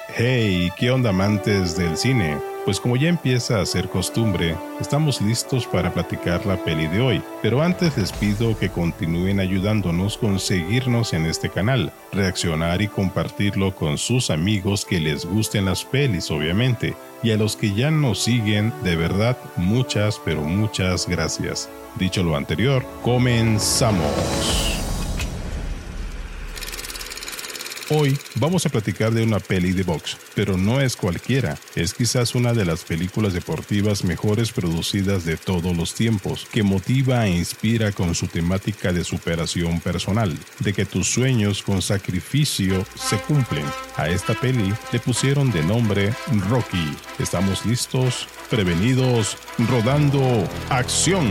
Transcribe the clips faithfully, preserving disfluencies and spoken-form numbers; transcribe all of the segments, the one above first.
Hey, ¿qué onda amantes del cine? Pues como ya empieza a ser costumbre, estamos listos para platicar la peli de hoy, pero antes les pido que continúen ayudándonos con seguirnos en este canal, reaccionar y compartirlo con sus amigos que les gusten las pelis obviamente, y a los que ya nos siguen, de verdad, muchas pero muchas gracias. Dicho lo anterior, comenzamos. Hoy vamos a platicar de una peli de box, pero no es cualquiera, es quizás una de las películas deportivas mejores producidas de todos los tiempos, que motiva e inspira con su temática de superación personal, de que tus sueños con sacrificio se cumplen. A esta peli le pusieron de nombre Rocky. ¿Estamos listos? Prevenidos, rodando, acción.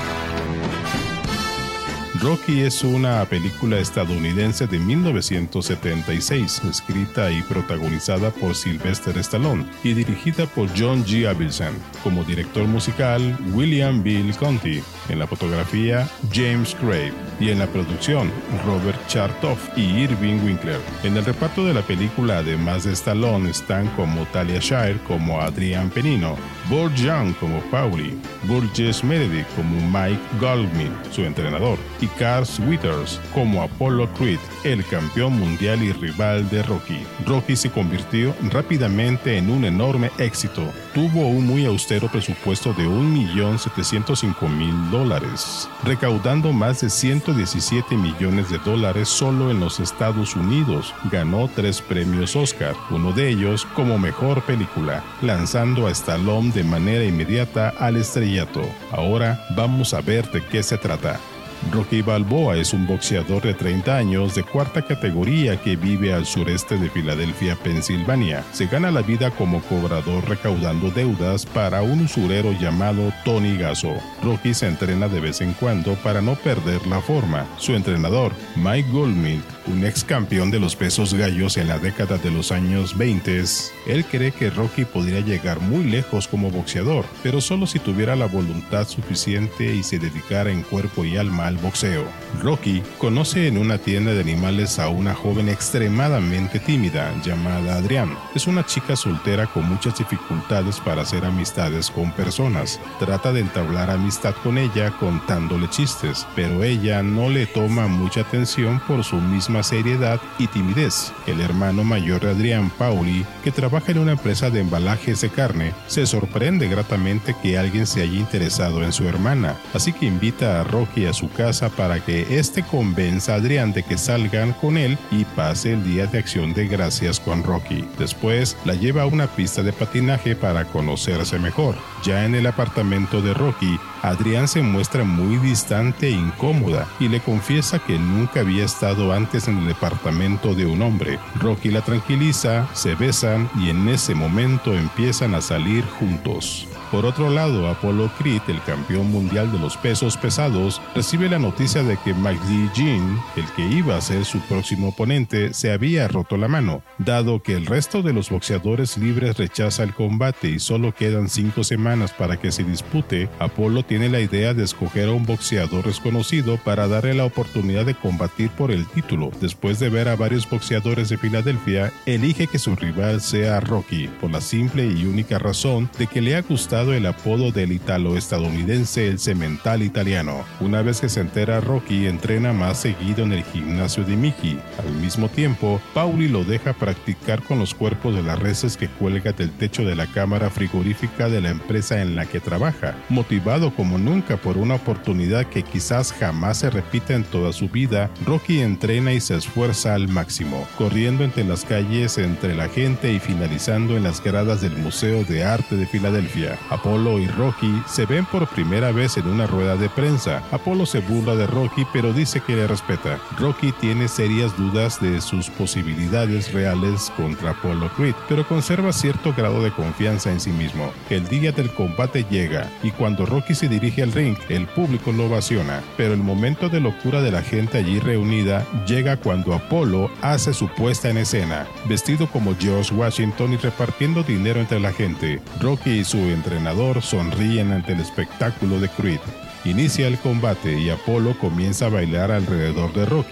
Rocky es una película estadounidense de mil novecientos setenta y seis, escrita y protagonizada por Sylvester Stallone y dirigida por John G. Avildsen. Como director musical, William Bill Conti. En la fotografía, James Craig. Y en la producción, Robert Chartoff y Irving Winkler. En el reparto de la película, además de Stallone, están como Talia Shire como Adrian Penino, Burt Young como Paulie, Burgess Meredith como Mike Goldman, su entrenador, y Carl Weathers como Apollo Creed, el campeón mundial y rival de Rocky. Rocky se convirtió rápidamente en un enorme éxito. Tuvo un muy austero presupuesto de un millón setecientos cinco mil dólares, recaudando más de ciento diecisiete millones de dólares solo en los Estados Unidos. Ganó tres premios Oscar, uno de ellos como mejor película, lanzando a Stallone de manera inmediata al estrellato. Ahora vamos a ver de qué se trata. Rocky Balboa es un boxeador de treinta años de cuarta categoría que vive al sureste de Filadelfia, Pensilvania. Se gana la vida como cobrador recaudando deudas para un usurero llamado Tony Gasso. Rocky se entrena de vez en cuando para no perder la forma. Su entrenador, Mike Goldman, un ex campeón de los pesos gallos en la década de los años veinte, él cree que Rocky podría llegar muy lejos como boxeador, pero solo si tuviera la voluntad suficiente y se dedicara en cuerpo y alma al boxeo. Rocky conoce en una tienda de animales a una joven extremadamente tímida llamada Adrian. Es una chica soltera con muchas dificultades para hacer amistades con personas. Trata de entablar amistad con ella contándole chistes, pero ella no le toma mucha atención por su misma seriedad y timidez. El hermano mayor de Adrian, Paulie, que trabaja en una empresa de embalajes de carne, se sorprende gratamente que alguien se haya interesado en su hermana, así que invita a Rocky a su casa para que éste convenza a Adrian de que salgan con él y pase el día de acción de gracias con Rocky. Después la lleva a una pista de patinaje para conocerse mejor. Ya en el apartamento de Rocky, Adrian se muestra muy distante e incómoda y le confiesa que nunca había estado antes en el departamento de un hombre. Rocky la tranquiliza, se besan y en ese momento empiezan a salir juntos. Por otro lado, Apollo Creed, el campeón mundial de los pesos pesados, recibe la noticia de que Mike Lee Jean, el que iba a ser su próximo oponente, se había roto la mano. Dado que el resto de los boxeadores libres rechaza el combate y solo quedan cinco semanas para que se dispute, Apollo tiene la idea de escoger a un boxeador desconocido para darle la oportunidad de combatir por el título. Después de ver a varios boxeadores de Filadelfia, elige que su rival sea Rocky, por la simple y única razón de que le ha gustado el apodo del italo-estadounidense el cemental italiano. Una vez que se entera, Rocky entrena más seguido en el gimnasio de Mickey. Al mismo tiempo, Paulie lo deja practicar con los cuerpos de las reses que cuelga del techo de la cámara frigorífica de la empresa en la que trabaja. Motivado como nunca por una oportunidad que quizás jamás se repita en toda su vida, Rocky entrena y se esfuerza al máximo, corriendo entre las calles entre la gente y finalizando en las gradas del Museo de Arte de Filadelfia. Apollo y Rocky se ven por primera vez en una rueda de prensa. Apollo se burla de Rocky, pero dice que le respeta. Rocky tiene serias dudas de sus posibilidades reales contra Apollo Creed, pero conserva cierto grado de confianza en sí mismo. El día del combate llega, y cuando Rocky se dirige al ring, el público lo ovaciona, pero el momento de locura de la gente allí reunida llega cuando Apollo hace su puesta en escena, vestido como George Washington y repartiendo dinero entre la gente. Rocky y su entrenador sonríen ante el espectáculo de Creed. Inicia el combate y Apollo comienza a bailar alrededor de Rocky,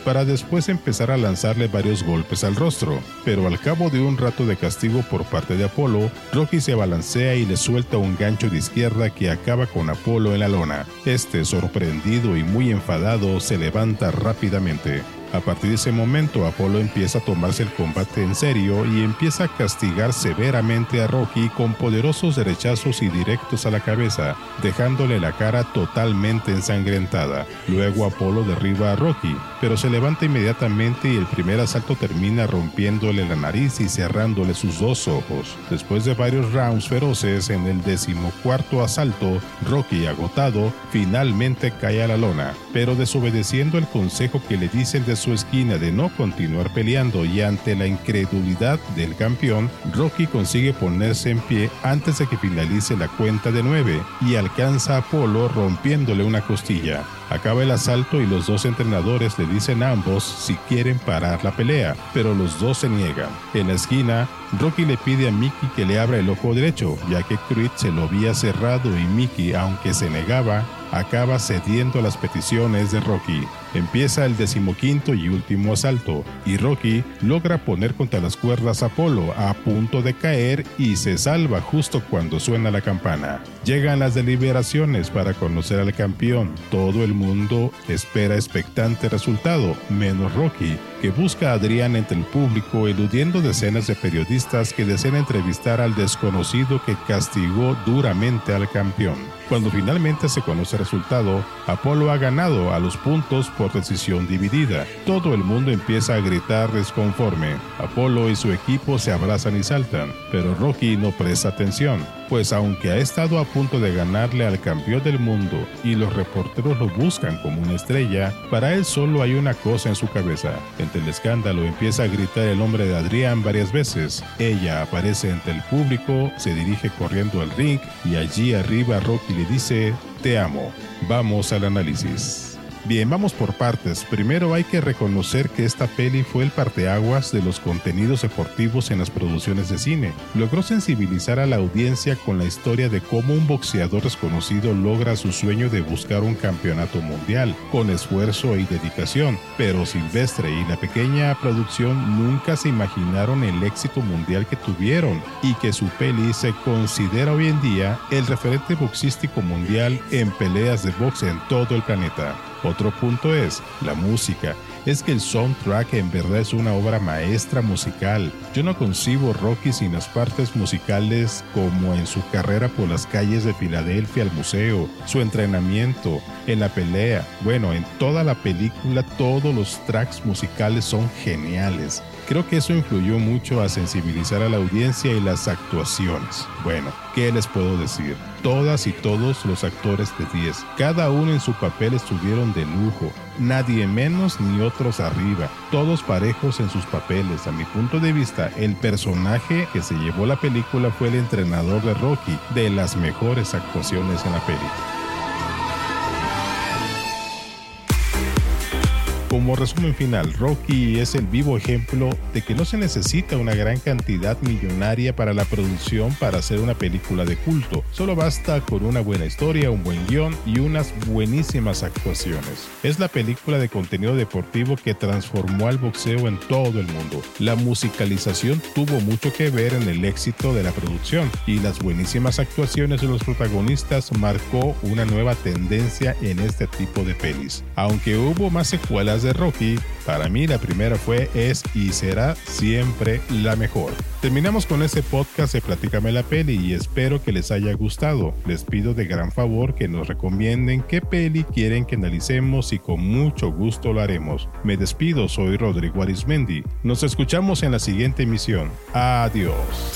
para después empezar a lanzarle varios golpes al rostro. Pero al cabo de un rato de castigo por parte de Apolo, Rocky se balancea y le suelta un gancho de izquierda que acaba con Apolo en la lona. Este, sorprendido y muy enfadado, se levanta rápidamente. A partir de ese momento, Apolo empieza a tomarse el combate en serio y empieza a castigar severamente a Rocky con poderosos derechazos y directos a la cabeza, dejándole la cara totalmente ensangrentada. Luego Apolo derriba a Rocky, pero se levanta inmediatamente y el primer asalto termina rompiéndole la nariz y cerrándole sus dos ojos. Después de varios rounds feroces, en el decimocuarto asalto, Rocky, agotado, finalmente cae a la lona, pero desobedeciendo el consejo que le dice el de su esquina de no continuar peleando, y ante la incredulidad del campeón, Rocky consigue ponerse en pie antes de que finalice la cuenta de nueve y alcanza a Apolo rompiéndole una costilla. Acaba el asalto y los dos entrenadores le dicen a ambos si quieren parar la pelea, pero los dos se niegan. En la esquina, Rocky le pide a Mickey que le abra el ojo derecho, ya que Creed se lo había cerrado y Mickey, aunque se negaba, acaba cediendo a las peticiones de Rocky. Empieza el decimoquinto y último asalto, y Rocky logra poner contra las cuerdas a Apolo a punto de caer y se salva justo cuando suena la campana. Llegan las deliberaciones para conocer al campeón. Todo el mundo espera expectante resultado, menos Rocky, que busca a Adrian entre el público, eludiendo decenas de periodistas que desean entrevistar al desconocido que castigó duramente al campeón. Cuando finalmente se conoce el resultado, Apolo ha ganado a los puntos por decisión dividida. Todo el mundo empieza a gritar desconforme. Apolo y su equipo se abrazan y saltan, pero Rocky no presta atención, pues aunque ha estado a punto de ganarle al campeón del mundo y los reporteros lo buscan como una estrella, para él solo hay una cosa en su cabeza. Entre el escándalo empieza a gritar el nombre de Adrian varias veces. Ella aparece entre el público, se dirige corriendo al ring y allí arriba Rocky le dice: "Te amo". Vamos al análisis. Bien, vamos por partes. Primero hay que reconocer que esta peli fue el parteaguas de los contenidos deportivos en las producciones de cine. Logró sensibilizar a la audiencia con la historia de cómo un boxeador desconocido logra su sueño de buscar un campeonato mundial, con esfuerzo y dedicación. Pero Silvestre y la pequeña producción nunca se imaginaron el éxito mundial que tuvieron, y que su peli se considera hoy en día el referente boxístico mundial en peleas de box en todo el planeta. Otro punto es la música. Es que el soundtrack en verdad es una obra maestra musical. Yo no concibo Rocky sin las partes musicales, como en su carrera por las calles de Filadelfia al museo, su entrenamiento, en la pelea. Bueno, en toda la película todos los tracks musicales son geniales. Creo que eso influyó mucho a sensibilizar a la audiencia y las actuaciones. Bueno, ¿qué les puedo decir? Todas y todos los actores de diez, cada uno en su papel estuvieron de lujo, nadie menos ni otros arriba, todos parejos en sus papeles. A mi punto de vista, el personaje que se llevó la película fue el entrenador de Rocky, de las mejores actuaciones en la película. Como resumen final, Rocky es el vivo ejemplo de que no se necesita una gran cantidad millonaria para la producción para hacer una película de culto. Solo basta con una buena historia, un buen guión y unas buenísimas actuaciones. Es la película de contenido deportivo que transformó al boxeo en todo el mundo. La musicalización tuvo mucho que ver en el éxito de la producción, y las buenísimas actuaciones de los protagonistas marcó una nueva tendencia en este tipo de pelis. Aunque hubo más secuelas de Rocky, para mí la primera fue, es y será siempre la mejor. Terminamos con este podcast de Platícame la Peli y espero que les haya gustado. Les pido de gran favor que nos recomienden qué peli quieren que analicemos y con mucho gusto lo haremos. Me despido, soy Rodrigo Arismendi. Nos escuchamos en la siguiente emisión. Adiós.